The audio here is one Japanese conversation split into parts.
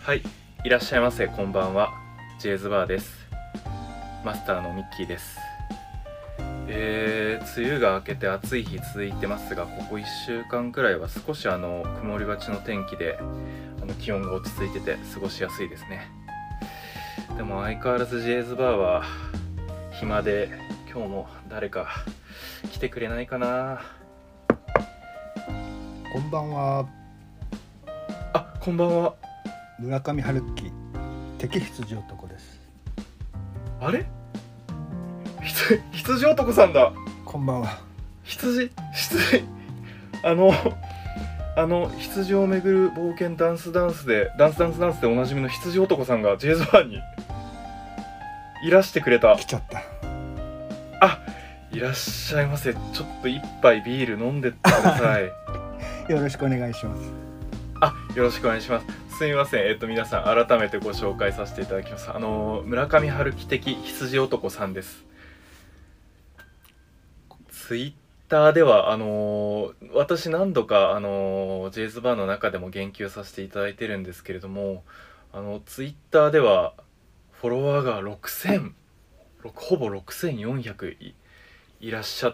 はい、いらっしゃいませ。こんばんは。ジェイズバーです。マスターのミッキーです。梅雨が明けて暑い日続いてますが、ここ1週間くらいは少し曇りがちの天気で気温が落ち着いてて過ごしやすいですね。でも相変わらずジェイズバーは暇で、今日も誰か来てくれないかな。 こんばんは。 あ、こんばんは。 村上春樹敵羊男です。 あれ、羊男さんだ。 こんばんは。 羊羊をめぐる冒険ダンスでおなじみの羊男さんがジェイズバーにいらしてくれた。 来ちゃった。 あ、いらっしゃいませ。ちょっと一杯ビール飲んでってください。 よろしくお願いします。 よろしくお願いします。すみません。皆さん改めてご紹介させていただきます。村上春樹的羊男さんです。ツイッターでは私何度かジェイズバーの中でも言及させていただいてるんですけれども、ツイッターではフォロワーがほぼ6400 いらっしゃって、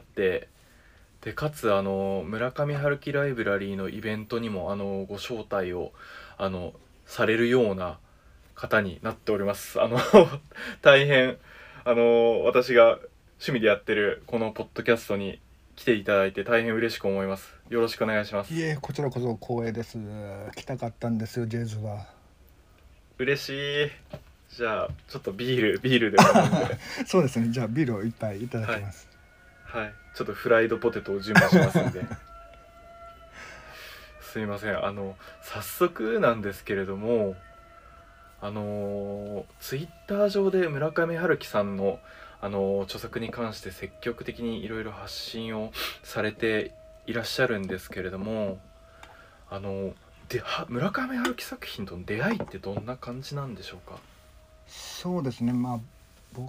でかつ村上春樹ライブラリーのイベントにもご招待をされるような方になっております。大変私が趣味でやってるこのポッドキャストに来ていただいて大変嬉しく思います。よろしくお願いします。 いえ、こちらこそ光栄です。来たかったんですよ、ジェイズは。 嬉しい。じゃあちょっとビールでも飲んでそうですね。じゃあビールを一杯いただきます。 はい、ちょっとフライドポテトを準備しますんで。すいません。早速なんですけれども、ツイッター上で村上春樹さんの著作に関して積極的にいろいろ発信をされていらっしゃるんですけれども、村上春樹作品との出会いってどんな感じなんでしょうか？ そうですね。僕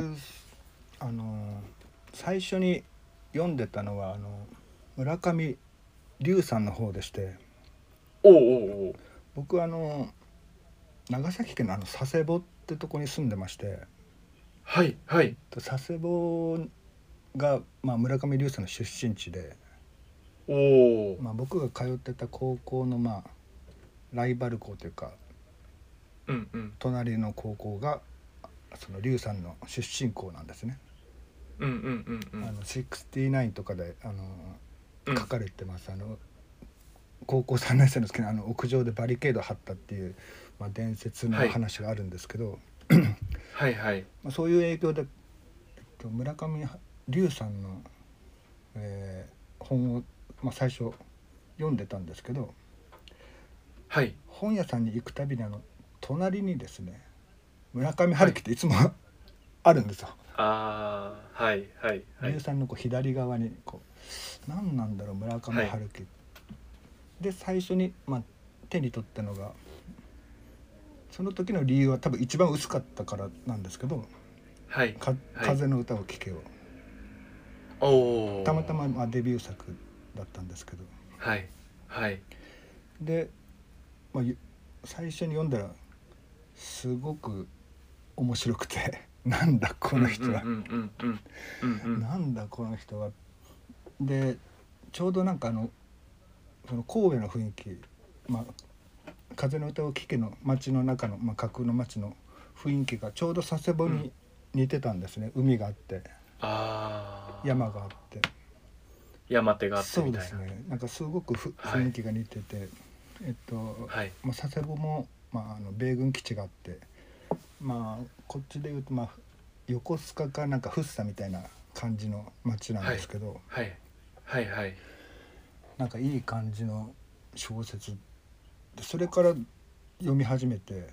最初に読んでたのは村上龍さんの方でして、 おうおうおう。 僕長崎県の佐世保ってとこに住んでまして、 はいはい。 佐世保が、村上龍さんの出身地で、 おお。 僕が通ってた高校のライバル校というかうんうん隣の高校がその龍さんの出身校なんですね。 うんうんうんうん。 69とかでうん書かれてます。高校3年生の時に屋上でバリケード張ったっていう、伝説の話があるんですけど、 はいはい。 そういう影響で、村上龍さんの、本を、最初読んでたんですけど、 はい。 本屋さんに行くたびに隣にですね村上春樹っていつもあるんですよ。 ああ、はいはいはい。 龍さんの左側に何なんだろう村上はい春樹、で最初に、手に取ったのが、その時の理由は多分一番薄かったからなんですけど、 はいはい。 風の歌を聴けをおお。 たまたま、デビュー作だったんですけど、 はいはいで、最初に読んだらすごく面白くてなんだこの人は、なんだこの人は。でちょうどその神戸の雰囲気、風の歌を聴けの街の中の、架空の街の雰囲気がちょうど佐世保に似てたんですね。海があって山があって、 山手があってそうみたいな。 ですね。すごくはい雰囲気が似てて、 はい。 佐世保も、米軍基地があって、こっちでいうと、横須賀か福生みたいな感じの街なんですけど、 はいはいはい。 いい感じの小説で、それから読み始めて、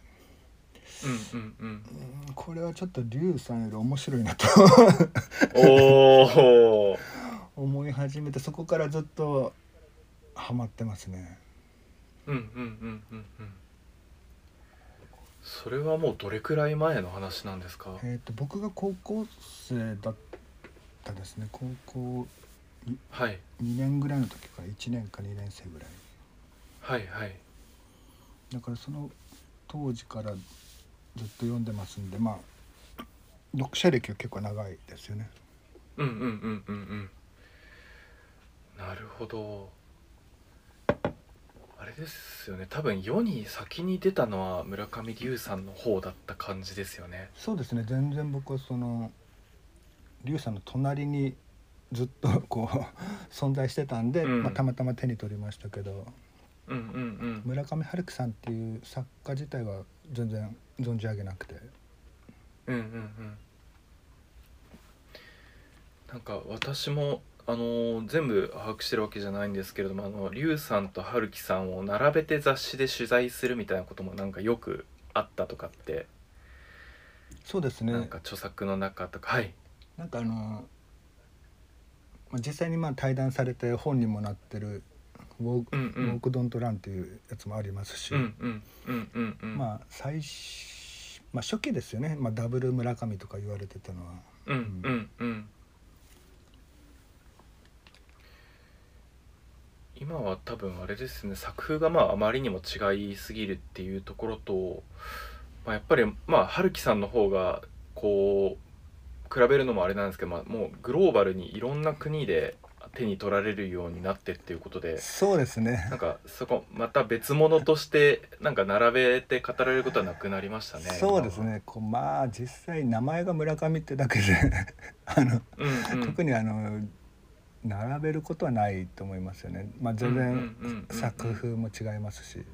これはちょっと龍さんより面白いなとおお。 思い始めて、そこからずっとハマってますね。 それはもうどれくらい前の話なんですか？ 僕が高校生だったですね。高校はい。 2年ぐらいの時から1年か2年生ぐらいはいはい。 だから、その当時からずっと読んでますんで、まあ読者歴は結構長いですよね。 うんうんうんうんうん。なるほど。あれですよね。多分世に先に出たのは村上龍さんの方だった感じですよね。 そうですね、全然僕はその龍さんの隣にずっとこう存在してたんで、まあ、 うんたまたま手に取りましたけど、 うんうんうん。 村上春樹さんっていう作家自体は全然存じ上げなくて。 うんうんうん。なんか私も全部把握してるわけじゃないんですけれども、龍さんと春樹さんを並べて雑誌で取材するみたいなこともなんかよくあったとかって、 そうですね、 なんか著作の中とか、はい。 なんかまあ実際にまあ対談されて本にもなってるうんうウォーんクドントランっていうやつもありますし、 うんうんうんうんうんまあまあ、初期ですよね、まあ、ダブル村上とか言われてたのは。 うんうんうん。今は多分あれですね、作風がまああまりにも違いすぎるっていうところと、まあ、やっぱりまあ春樹さんの方がこう比べるのもあれなんですけど、まあ、もうグローバルにいろんな国で手に取られるようになってっていうことで、 そうですね、 なんかそこまた別物としてなんか並べて語られることはなくなりましたね、 そう今は。 ですね、こうまあ実際名前が村上ってだけでうんうん特に並べることはないと思いますよね。まあうんうんう全然んうんうん。 作風も違いますし。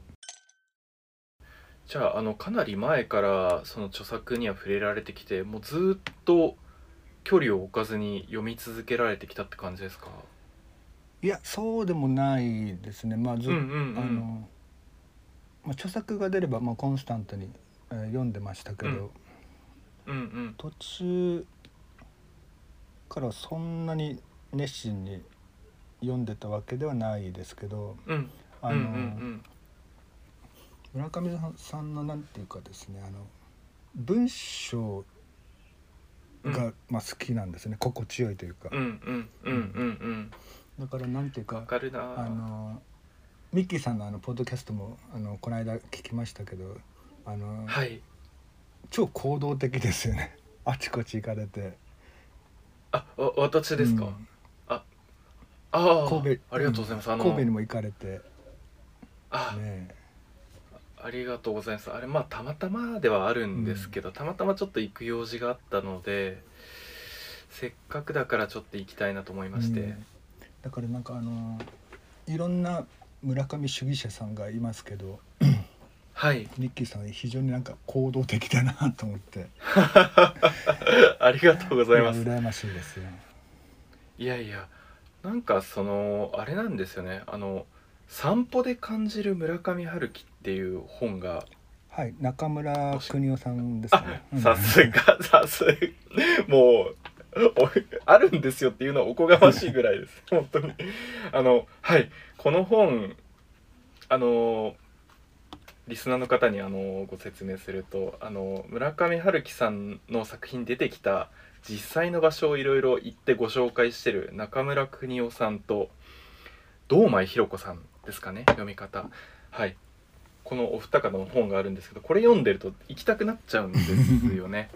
じゃあかなり前からその著作には触れられてきて、もうずっと距離を置かずに読み続けられてきたって感じですか？ いやそうでもないですね。まあうんうんうん。 まあ、著作が出ればまあコンスタントに、読んでましたけうんど、 うんうん途中からはそんなに熱心に読んでたわけではないですけど、 うんうんうんうあのん村上さんのなんていうかですね、文章うんがまあ好きなんですね、心地よいというか。 うんうんうんうんううん、 ん。 だからなんていうか、 わかるなあぁ。 のミッキーさんのポッドキャストもこの間聞きましたけど、あのはい。 超行動的ですよね。あちこち行かれて、 私ですか？ うん、 ああ神戸、 あ、ありがとうございます。 神戸にも行かれてあね。 ありがとうございます。あれまあたまたまではあるうん、 んですけど、たまたまちょっと行く用事があったので、せっかくだからちょっと行きたいなと思いまして。 うん、だからなんかいろんな村上主義者さんがいますけど、 はい。 ミッキーさんは非常になんか行動的だなと思って、 ありがとうごいやざいます。 羨ましいですよ。 いやいや、なんかあれなんですよね。散歩で感じる村上春樹っていう本が、 はい、中村もし、 邦夫さんですあ、 かね。うん、 さすが、さすが、もう、あるんですよっていうのはおこがましいぐらいです。本当に。はい、この本、あの、リスナーの方にご説明すると、村上春樹さんの作品に出てきた実際の場所をいろいろ言ってご紹介してる中村邦夫さんと堂前ひろ子さんですかね、読み方。はい。このお二方の本があるんですけど、これ読んでると行きたくなっちゃうんですよね。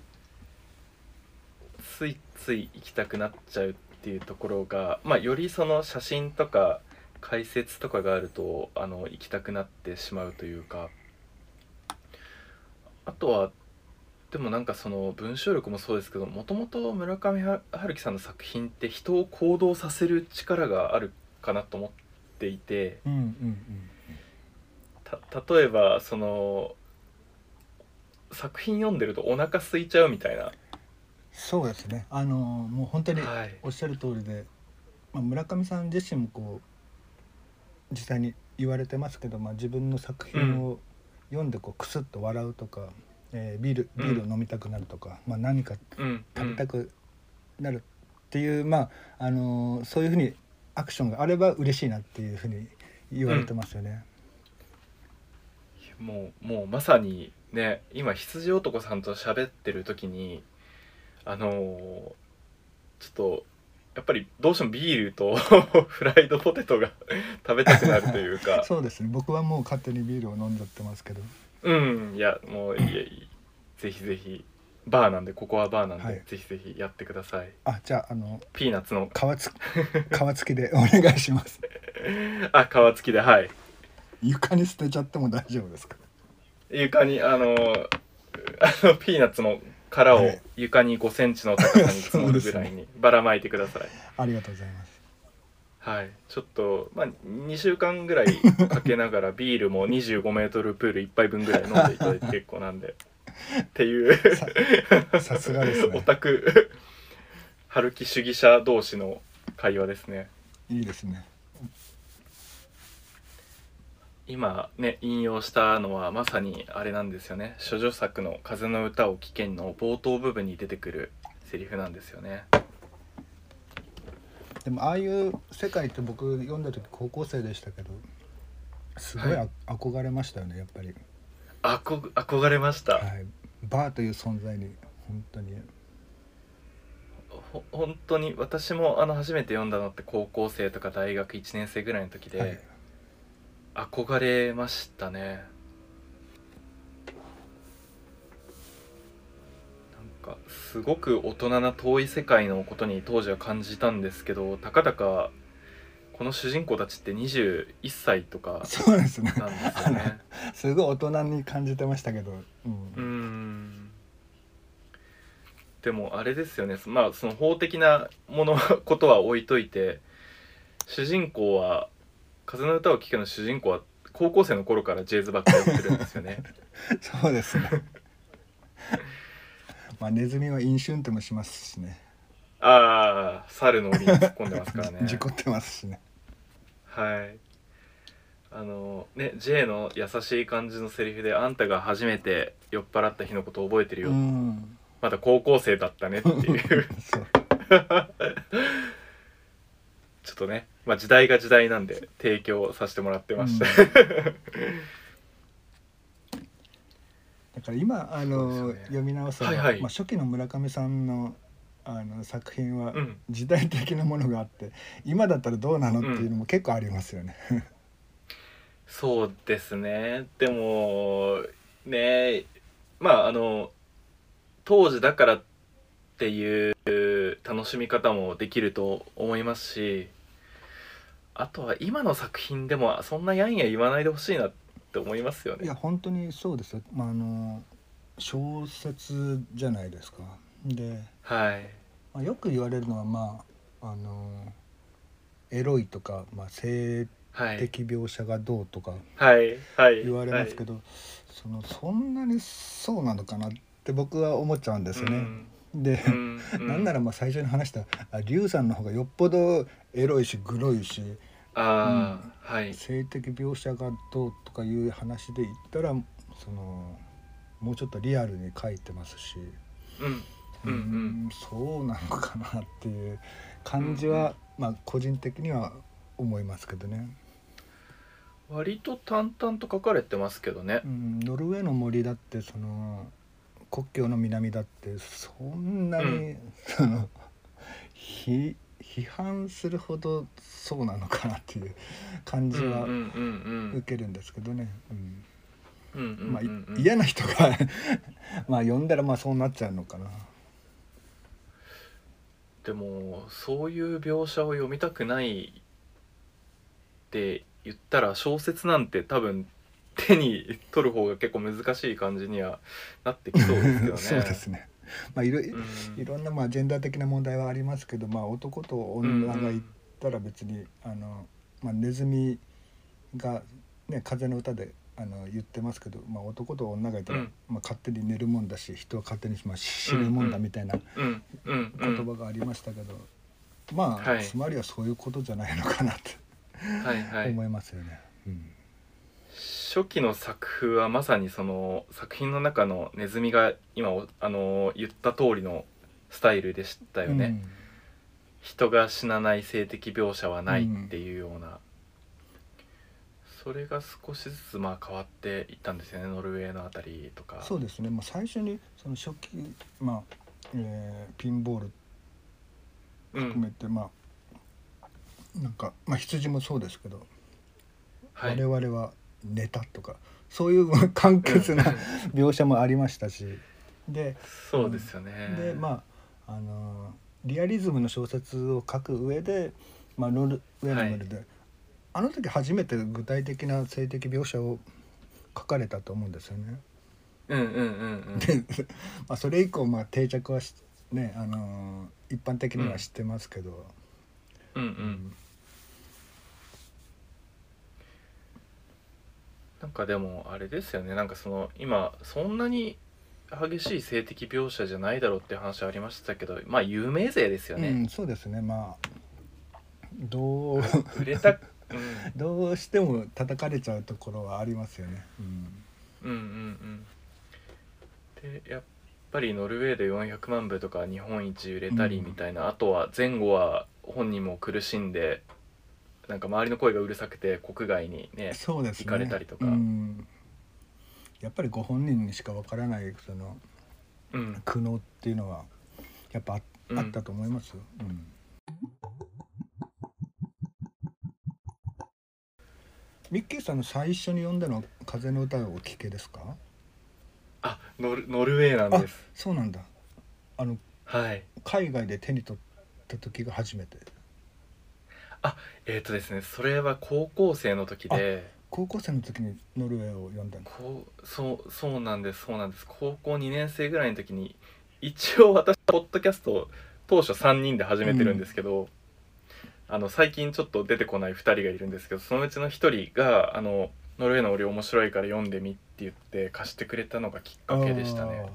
ついつい行きたくなっちゃうっていうところが、まあ、よりその写真とか解説とかがあると行きたくなってしまうというか、あとはでもなんかその文章力もそうですけど、もともと村上春樹さんの作品って人を行動させる力があるかなと思っていて、 うんうんうん、 例えば作品読んでるとお腹空いちゃうみたいな。 そうですね。もう本当にはい。 おっしゃる通りで、まあ、村上さん自身もこう実際に言われてますけど、まあ、自分の作うん品を読んでこうクスッと笑うとか、ビールをうん飲みたくなるとか、まあ、何かうんうん食べたくなるっていう、まあそういうふうにアクションがあれば嬉しいなっていうふうに言われてうん。 ますよね。 もうまさにね、今羊男さんと喋ってる時にちょっとやっぱりどうしてもビールとフライドポテトが食べたくなるというか。 そうですね、僕はもう勝手にビールを飲んじゃってますけど。 うんいやもういやぜひぜひバーなんでここはバーなんで、 はい、 ぜひぜひやってください。 あ、じゃあピーナッツの皮付きでお願いします。 あ皮付きではい床に捨てちゃっても大丈夫ですか？ 床にピーナッツの殻をはい。 床に5センチの高さに積そもうですね。 るぐらいにばらまいてください。 ありがとうございます。 はいちょっとまあ2週間ぐらいかけながらビールも25メートルプール1杯分ぐらい飲んでいただいて結構なんでっていうささすがですオね。 タク春樹主義者同士の会話ですね。 いいですね。 今ね引用したのはまさにあれなんですよね。処女作の「風の歌を聴けん」の冒頭部分に出てくるセリフなんですよね。 でもああいう世界って僕読んだ時高校生でしたけど、すごいはい憧れましたよね、やっぱり。 憧れました。 はい、バーという存在に本当に。 本当に私も初めて読んだのって高校生とか大学1年生ぐらいの時はい。 で憧れましたね。なんかすごく大人な遠い世界のことに当時は感じたんですけど、たかだかこの主人公たちって21歳とかそうですね。 なんですよね。 すごい大人に感じてましたけど、ううーん、 んでもあれですよね。まあその法的なものことは置いといて、主人公は風の歌を聴けの主人公は高校生の頃からジェイズバックやってるんですよね。 そうですね。まあネズミは飲酒運転もしますしね。 ああ猿の檻に突っ込んでますからね。 事故ってますしね。 はいね J の優しい感じのセリフで「あんたが初めて酔っ払った日のこと覚えてるうよ」 ん。 まだ高校生だったねっていうそう。 ちょっとね、まあ、時代が時代なんで提供させてもらってました。 うん。だから今そうですよね。 読み直せば、まあ、 はいはい。 初期の村上さんの作品はうん時代的なものがあって、今だったらどうなのっていううんのも結構ありますよね。 そうですね。でもねまあ当時だからっていう楽しみ方もできると思いますし、あとは今の作品でもそんなやんや言わないでほしいなって思いますよね。 いや本当にそうですよ。まあ小説じゃないですか。で、 はい。 まあ、よく言われるのはエロいとか、まあ、性はい的描写がどうとかはいはい言われはい。 ますけど、そんなにそうなのかなって僕は思っちゃうんでうすよね。 んで、 うんうなんならん。 まあ最初に話した龍さんの方がよっぽどエロいしグロいし、うん、 ああはい。 性的描写がどうとかいう話で言ったらもうちょっとリアルに書いてますし、 うんうんそうなのかなっていううんうん感じは、まあ個人的には思いますけどね。 割と淡々と書かれてますけどね。 ノルウェーの森だって国境の南だってそんなうんに批判するほどそうなのかなっていう感うんうんうんうじは受んけるんですけどね。 うんうんうんまあうん嫌な人がまあ読んだらまあそうなっちゃうのかな。 でもそういう描写を読みたくないって言ったら小説なんて多分手に取る方が結構難しい感じにはなってきそうですけどそうでね。 すね。まあいろんなまあジェンダー的な問題はありますけど、まあ男とうんう女がいんたら別にまあネズミがね風の歌で言ってますけど、まあ、男と女がいたら、 うんまあ、勝手に寝るもんだし人は勝手にまあ死ぬもんだうんうんみたいなうんうんう言ん葉がありましたけど、まあはいつまりはそういうことじゃないのかなってはいはい。 思いますよね。 初期の作風はまさにその作品の中のネズミが今言った通りのスタイルでしたよね。 うん人が死なない性的描写はうん、 ないっていうような、それが少しずつまあ変わっていったんですよね。ノルウェーのあたりとか。 そうですね、まあ、最初にその初期、まあピンボールうん含めて、まあなんか、まあ、羊もそうですけど、 はい我々は寝たとかそういう簡潔な描写もありましたし、でそうですよね。 でリアリズムの小説を書く上で、ノルウェーの森で、あの時初めて具体的な性的描写を書かれたと思うんですよね。で、それ以降定着はね、一般的には知ってますけど、 なんかでもあれですよね、なんかその今そんなに激しい性的描写じゃないだろうっていう話ありましたけど、有名勢ですよね。 そうですね。どう売れた、 どうしても叩かれちゃうところはありますよね。 でやっぱりノルウェーで400万部とか日本一売れたりみたいな、あとは前後は本人も苦しんでなんか周りの声がうるさくて国外にねそうですね、 行かれたりとか、 やっぱりご本人にしかわからないその、苦悩っていうのはやっぱあったと思いますよ。ミッキーさんの最初に読んだのは「風の歌をお聞け」ですか？ ノルウェーなんです。 そうなんだ。 はい。 海外で手に取った時が初めて？ ですね、それは高校生の時で。 高校生の時にノルウェーを読んだの？ そうなんです。高校2年生ぐらいの時に、一応私ポッドキャスト当初3人で始めてるんですけど、最近ちょっと出てこない2人がいるんですけど、そのうちの1人がノルウェーの森面白いから読んでみって言って貸してくれたのがきっかけでしたね。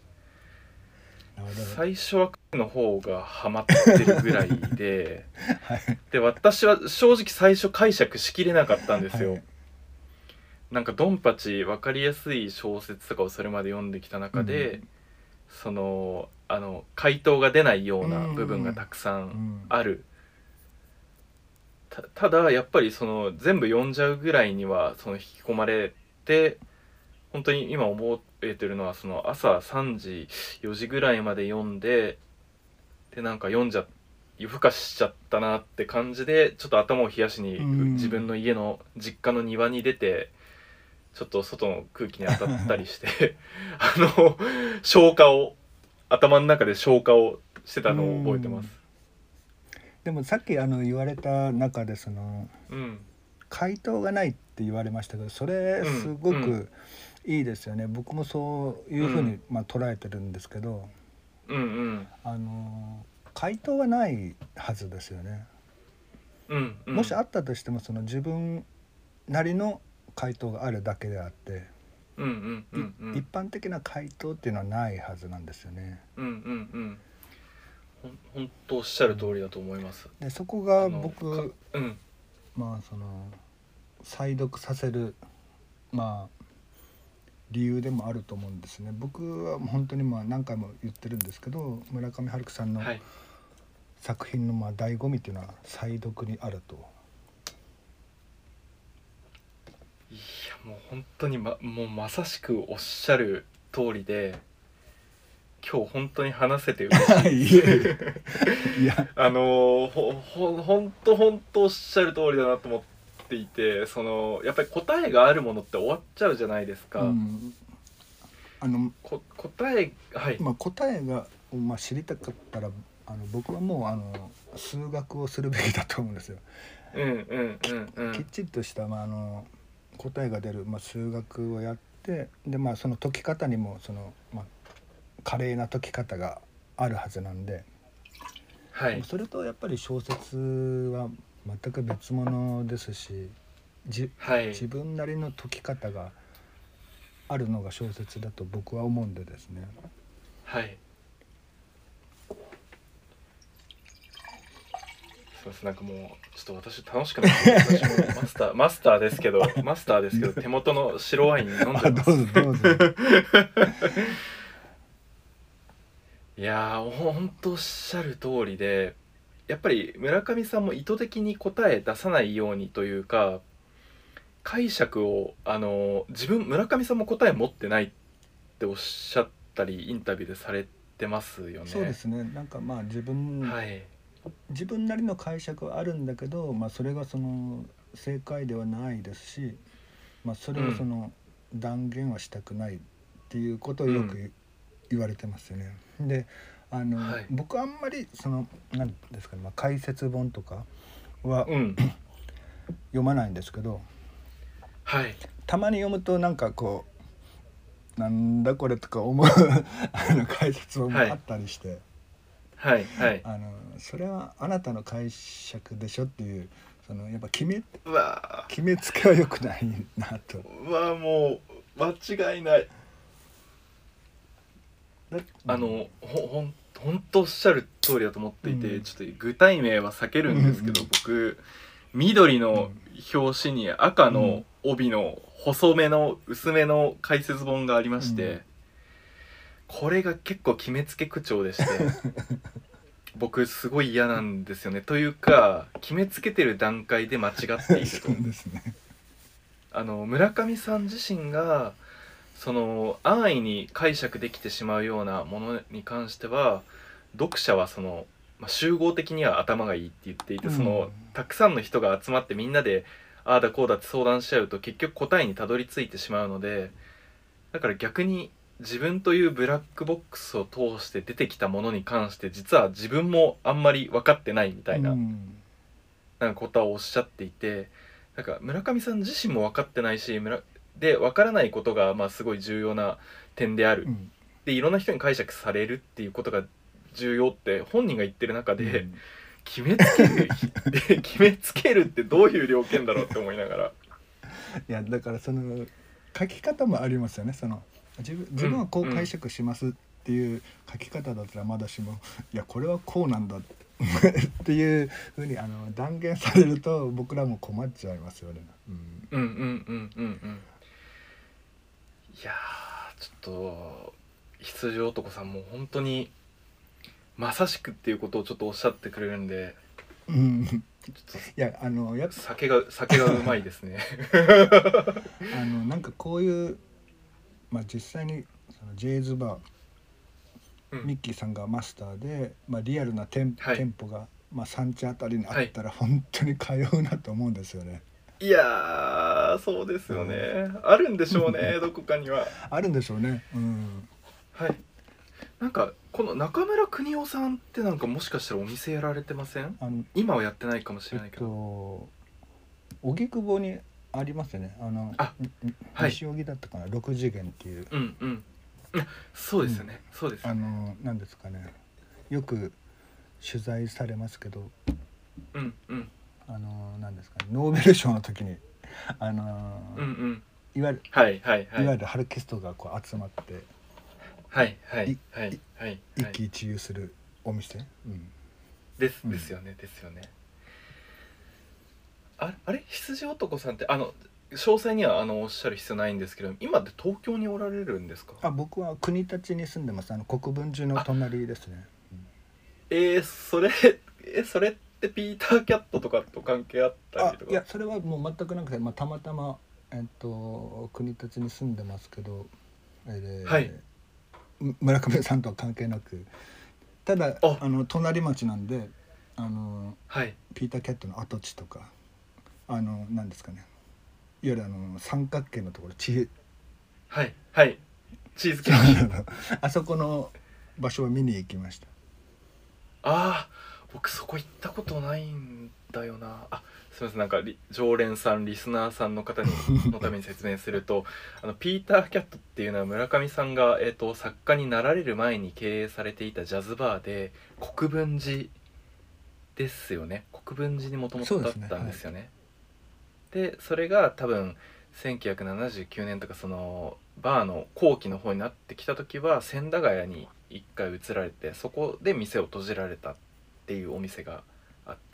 最初はの方がハマってるぐらいでで私は正直最初解釈しきれなかったんですよ。なんかドンパチ分かりやすい小説とかをそれまで読んできた中で、その回答が出ないような部分がたくさんある。ただやっぱりその全部読んじゃうぐらいにはその引き込まれて、本当に今思えてるのはその朝3時4時ぐらいまで読んで、でなんか夜更かしちゃったなって感じで、ちょっと頭を冷やしに自分の家の実家の庭に出てちょっと外の空気に当たったりして頭の中で消化をしてたのを覚えてます。 でもさっき言われた中でその、回答がないって言われましたけど、それすごくいいですよね。僕もそういうふうに捉えてるんですけど、回答はないはずですよね。もしあったとしてもその自分なりの回答があるだけであって、一般的な回答っていうのはないはずなんですよね。 本当おっしゃる通りだと思います。 でそこが僕その再読させる理由でもあると思うんですね。僕は本当に何回も言ってるんですけど、村上春樹さんの作品の醍醐味っていうのは再読にあると。 いやもう本当にもうまさしくおっしゃる通りで、今日本当に話せて嬉しいです。いや本当おっしゃる通りだなと思っていて、そのやっぱり答えがあるものって終わっちゃうじゃないですか。答えが、知りたかったら僕はもう数学をするべきだと思うんですよ。きっちりとした答えが出る、数学をやって、でその解き方にもその華麗な解き方があるはずなんで、それとやっぱり小説は全く別物ですし、自分なりの解き方があるのが小説だと僕は思うんでですね。 なんかもうちょっと私楽しくなって私もマスターですけど手元の白ワイン飲んじゃいます。どうぞいやー本当おっしゃる通りで、やっぱり村上さんも意図的に答え出さないようにというか、解釈を村上さんも答え持ってないっておっしゃったりインタビューでされてますよね。 そうですね。なんか自分なりの解釈はあるんだけど、それがその正解ではないですし、それをその断言はしたくないっていうことをよく言われてますよね。ではい、 僕あんまりその何ですかね、解説本とかは読まないんですけど、 はい、 たまに読むとなんかこうなんだこれとか思う解説本もあったりして、 はい、はい。 それはあなたの解釈でしょっていう、そのやっぱうわ決めつけは良くないなと。 ー、うわー、もう間違いない。 だほんとおっしゃる通りだと思っていて、ちょっと具体名は避けるんですけど、僕緑の表紙に赤の帯の細めの薄めの解説本がありまして、これが結構決めつけ口調でして僕すごい嫌なんですよね。というか決めつけてる段階で間違っていると。 そうですね。 村上さん自身がその安易に解釈できてしまうようなものに関しては、読者はその、集合的には頭がいいって言っていて、そのたくさんの人が集まってみんなでああだこうだって相談しちゃうと結局答えにたどり着いてしまうので、だから逆に自分というブラックボックスを通して出てきたものに関して実は自分もあんまり分かってないみたいな、なんかことをおっしゃっていて、なんか村上さん自身も分かってないし、で分からないことがすごい重要な点である、でいろんな人に解釈されるっていうことが重要って本人が言ってる中で、決めつけるで決めつけるってどういう了見だろうって思いながら。 いやだからその書き方もありますよね。その自分はこう解釈しますっていう書き方だったらまだしも、いやこれはこうなんだっていうふうに断言されると僕らも困っちゃいますよね。 いやー、ちょっと羊男さんも本当にまさしくっていうことをちょっとおっしゃってくれるんで、ちょっいやと酒がうまいですねなんかこういう、実際にそのジェイズバー、ミッキーさんがマスターで、リアルな店舗が、産地あたりにあったら本当に通うなと思うんですよね。 いやー、そうですよね、あるんでしょうねどこかには。 あるんでしょうね。 はい。なんかこの中村邦夫さんってなんかもしかしたらお店やられてません？今はやってないかもしれないけど。 荻窪にありますよね。西荻だったかな、6次元っていう。 そうですよね、そうですよね。 なんですかね、よく取材されますけど、なんですかね、ノーベル賞の時にいわゆる春キストがこう集まって一喜一憂するお店、 ですよね。あれ羊男さんって詳細にはおっしゃる必要ないんですけど、今って東京におられるんですか？ 僕は国立に住んでます。国分寺の隣ですね。 それってピーターキャットとかと関係あったりとか？ いやそれはもう全くなくて、たまたま、国立に住んでますけど、村上さんとは関係なく、ただ隣町なんでピーターキャットの跡地とかなんですかね、いわゆる三角形のところチーズケーキあそこの場所を見に行きました。 僕そこ行ったことないんだよな。すみません、なんか常連さんリスナーさんの方のために説明するとピーターキャットっていうのは村上さんが、作家になられる前に経営されていたジャズバーで、国分寺ですよね。国分寺にもともとだったんですよね。でそれが多分1979年とかそのバーの後期の方になってきた時は千駄ヶ谷に一回移られて、そこで店を閉じられたっていうお店があって、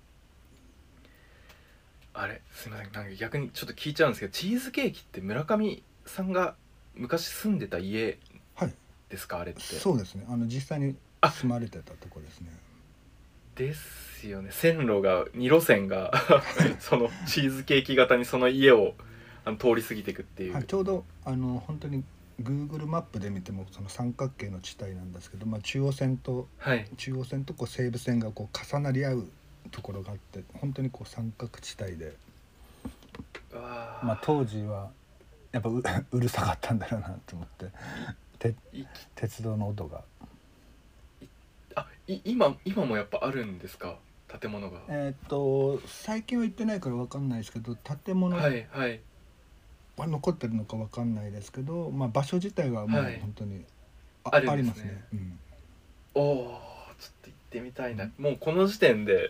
すいません、なんか逆にちょっと聞いちゃうんですけど、チーズケーキって村上さんが昔住んでた家ですか？あれって。 そうですね、実際に住まれてたところですね。 ですよね。線路が2路線がそのチーズケーキ型にその家を通り過ぎていくっていう、 ちょうど本当に Google マップで見てもその三角形の地帯なんですけど、中央線とこう西武線がこう重なり合うところがあって、本当にこう三角地帯で、当時はやっぱうるさかったんだろうなと思って、鉄道の音が。 今もやっぱあるんですか、建物が。 最近は行ってないから分かんないですけど、建物は残ってるのか分かんないですけど、まあ、場所自体はもう本当に、 あるんありですね。 ますね。 おお、ちょっと行ってみたいな。もうこの時点で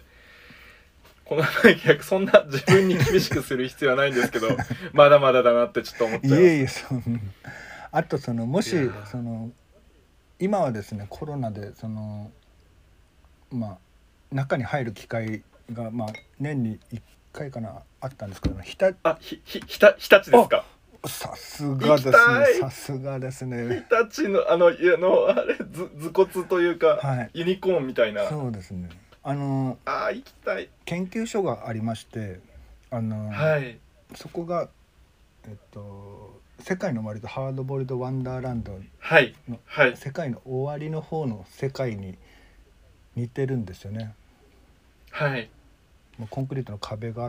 そんな自分に厳しくする必要はないんですけどまだまだだなってちょっと思っちゃいます。 いえいえ、あともし今はですね、コロナでまあ中に入る機会が年に1回かなあったんですけど、日立ですか。 さすがですね。さすがですね。 日立のあれ頭骨というか、ユニコーンみたいな。 そうですね。 行きたい。 研究所がありまして、そこが世界の終わりとハードボイルドワンダーランドの、世界の終わりの方の世界に似てるんですよね。もうコンクリートの壁があって、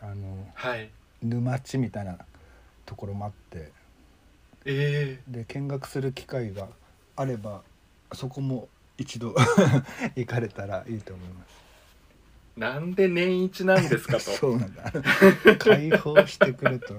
沼地みたいなところもあって、で見学する機会があればそこも一度行かれたらいいと思います。 なんで年一なんですかとそうなんだ解放してくれと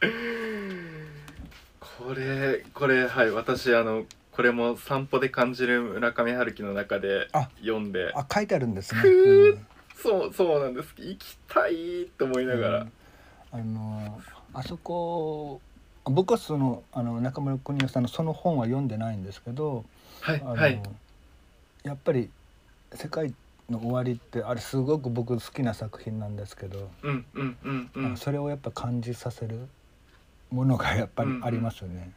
これ私これも散歩で感じる村上春樹の中で読んで、 書いてあるんですね。 そうなんです。行きたいと思いながら、 あそこ僕は中村邦夫さんのその本は読んでないんですけど、やっぱり世界の終わりってあれすごく僕好きな作品なんですけど、それをやっぱ感じさせるものがやっぱりありますよね。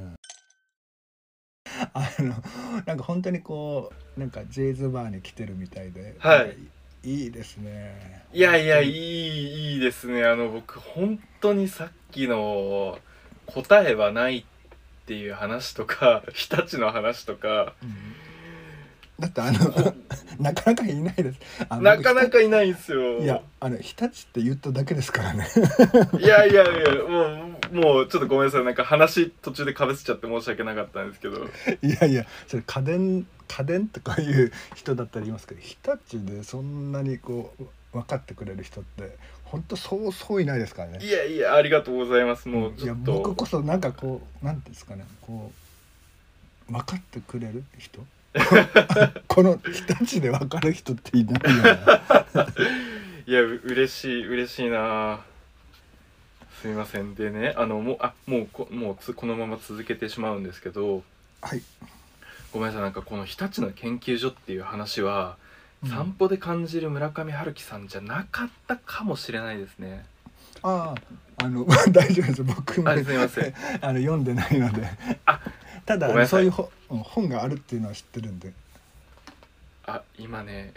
なんか本当になんかジェイズバーに来てるみたいで、いいですね。 いいですね。僕本当にさっきの答えはないっていう話とか日立の話とか、 だってなかなかいないです。 なかなかいないんですよ。 いや日立って言っただけですからねいやもうちょっとごめんなさい、なんか話途中でかぶせちゃって申し訳なかったんですけどいやそれ家電とかいう人だったら言いますけど、日立でそんなに分かってくれる人って本当そういないですからね。 いやありがとうございます。もうちょっと僕こそなんかなんていうんですかね、分かってくれる人この日立で分かる人っていないよいや嬉しいな。すみません。でね、もうこのまま続けてしまうんですけど、ごめんなさい、なんかこの日立の研究所っていう話は、散歩で感じる村上春樹さんじゃなかったかもしれないですね。 大丈夫です。僕もすみません読んでないのでただそういう本があるっていうのは知ってるんで。 今ね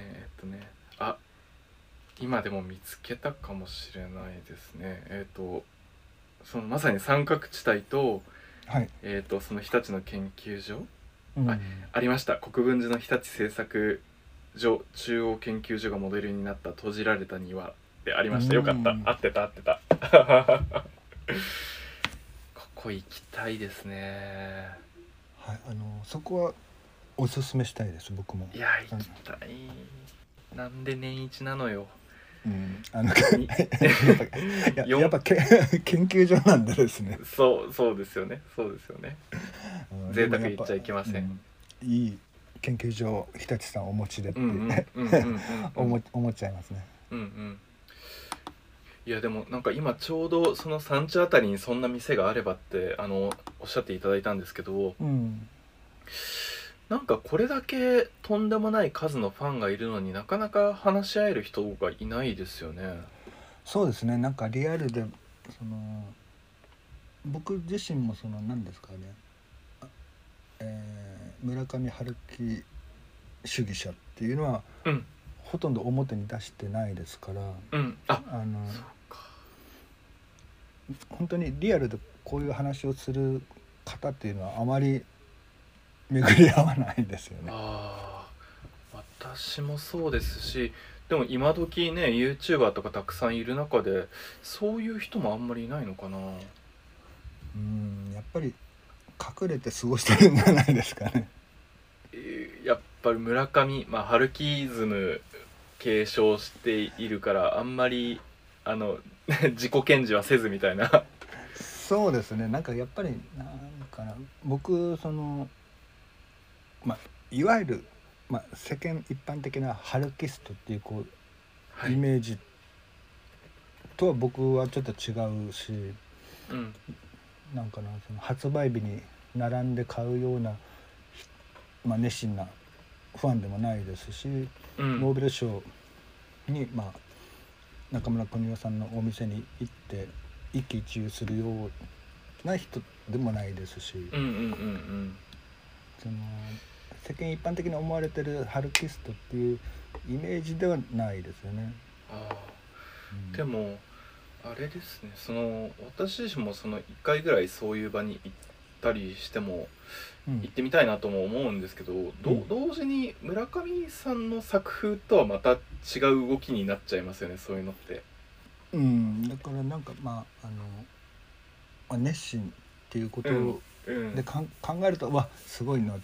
今でも見つけたかもしれないですね。まさに三角地帯と、その日立の研究所、ありました。国分寺の日立製作所中央研究所がモデルになった閉じられた庭でありました。よかった、合ってたここ行きたいですね。 そこはおすすめしたいです。僕も。 いや行きたい。なんで年一なのよ。 やっぱ研究所なんでですね。 そうですよね。贅沢言っちゃいけません。 いい研究所日立さんお持ちでって思っちゃいますね。 いやでもなんか今ちょうどその産地あたりにそんな店があればっておっしゃっていただいたんですけど、なんかこれだけとんでもない数のファンがいるのになかなか話し合える人がいないですよね。 そうですね。なんかリアルで僕自身も何ですかね、村上春樹主義者っていうのは、ほとんど表に出してないですから、本当にリアルでこういう話をする方っていうのはあまり巡り合わないですよね。 私もそうですし、でも今時ね YouTuber とかたくさんいる中でそういう人もあんまりいないのかな。 やっぱり隠れて過ごしてるんじゃないですかね。 やっぱり村上、まあ、ハルキズム継承しているからあんまり自己顕示はせずみたいな。 そうですね。なんかやっぱりなんかな、僕そのまあいわゆる、世間一般的なハルキストっていうはい。 イメージとは僕はちょっと違うし、 うん。 なんかな、その発売日に並んで買うような、熱心なファンでもないですし、 うん。 ノーベル賞に、中村邦夫さんのお店に行って一喜一憂するような人でもないですし、 うんうんうんうん。 その世間一般的に思われてるハルキストっていうイメージではないですよね。 ああ。 うん、 でもあれですね、私自身も1回ぐらいそういう場に行ったりしてもうん行ってみたいなとも思うんですけど、 うん、 同時に村上さんの作風とはまた違う動きになっちゃいますよね、そういうのって。 だからなんか熱心っていうこうんとうんで考えると、すごいなって、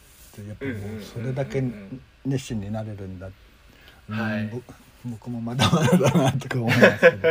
やっぱうんうんうんうんうもうそれだけん。 熱心になれるんだ、 はい。 僕もまだまだだなとか思いますけど。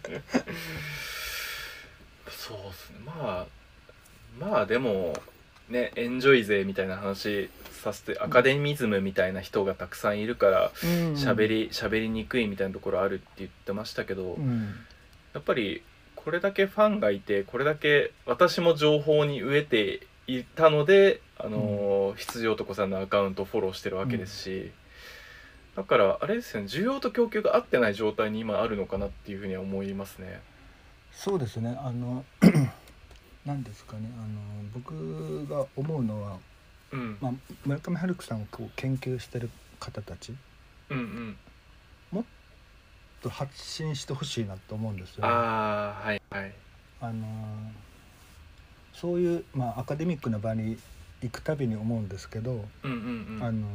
そうですね。まあでもね、エンジョイ勢みたいな話させて、アカデミズムみたいな人がたくさんいるからうん喋りにくいみたいなところあるって言ってましたけど、 うんやっぱりこれだけファンがいて、これだけ私も情報に飢えていたので、 うん羊男さんのアカウントをフォローしてるわけでうん、 すし、だからあれですよね、需要と供給が合ってない状態に今あるのかなっていうふうには思いますね。 そうですね。なんですかね、僕が思うのは、 うん。 村上春樹さんを研究してる方たち、 うんうん。 もっと発信してほしいなと思うんですよね。 ああ、はいはい。 あのそういう、アカデミックな場に行くたびに思うんですけど、 うんうんうん。 あの、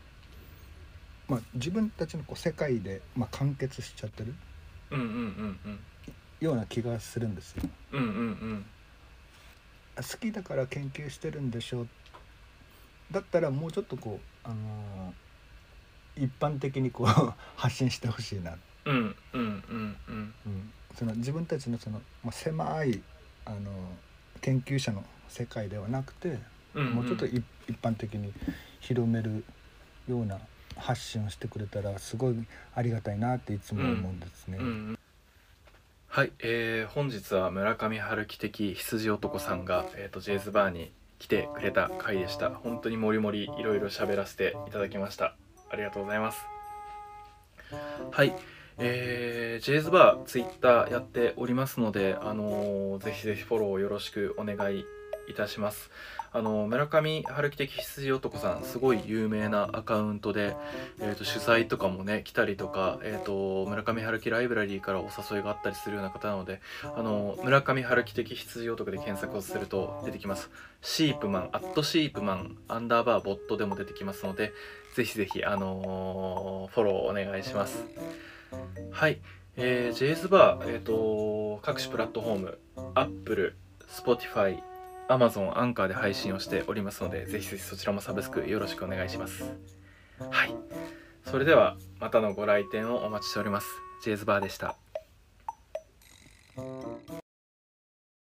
自分たちの世界で、完結しちゃってるうんうんうんうん。 ような気がするんですよ。 うんうんうん。 好きだから研究してるんでしょう、だったらもうちょっと一般的に発信してほしいな、 うんうんうんうん。 その自分たちの狭いあの研究者の世界ではなくて、 うんうん。 もうちょっと一般的に広めるような発信をしてくれたらすごいありがたいなっていつも思うんですね。 うん。はい、本日は村上春樹的羊男さんが、ジェイズバーに来てくれた回でした。本当にもりもりいろいろ喋らせていただきました。ありがとうございます。はい、ジェイズバーツイッターやっておりますので、ぜひぜひフォローよろしくお願いいたします。村上春樹的羊男さん、すごい有名なアカウントで、主催とかもね来たりとか、村上春樹ライブラリーからお誘いがあったりするような方なので、村上春樹的羊男で検索をすると出てきます。シープマンシープマンアンダーバーボットでも出てきますので、ぜひぜひフォローお願いします。はい、ジェイズバー、各種プラットフォーム、Apple、Spotify、Amazon、アンカーで配信をしておりますので、ぜひぜひそちらもサブスクよろしくお願いします。はい、それではまたのご来店をお待ちしております。ジェイズバーでした。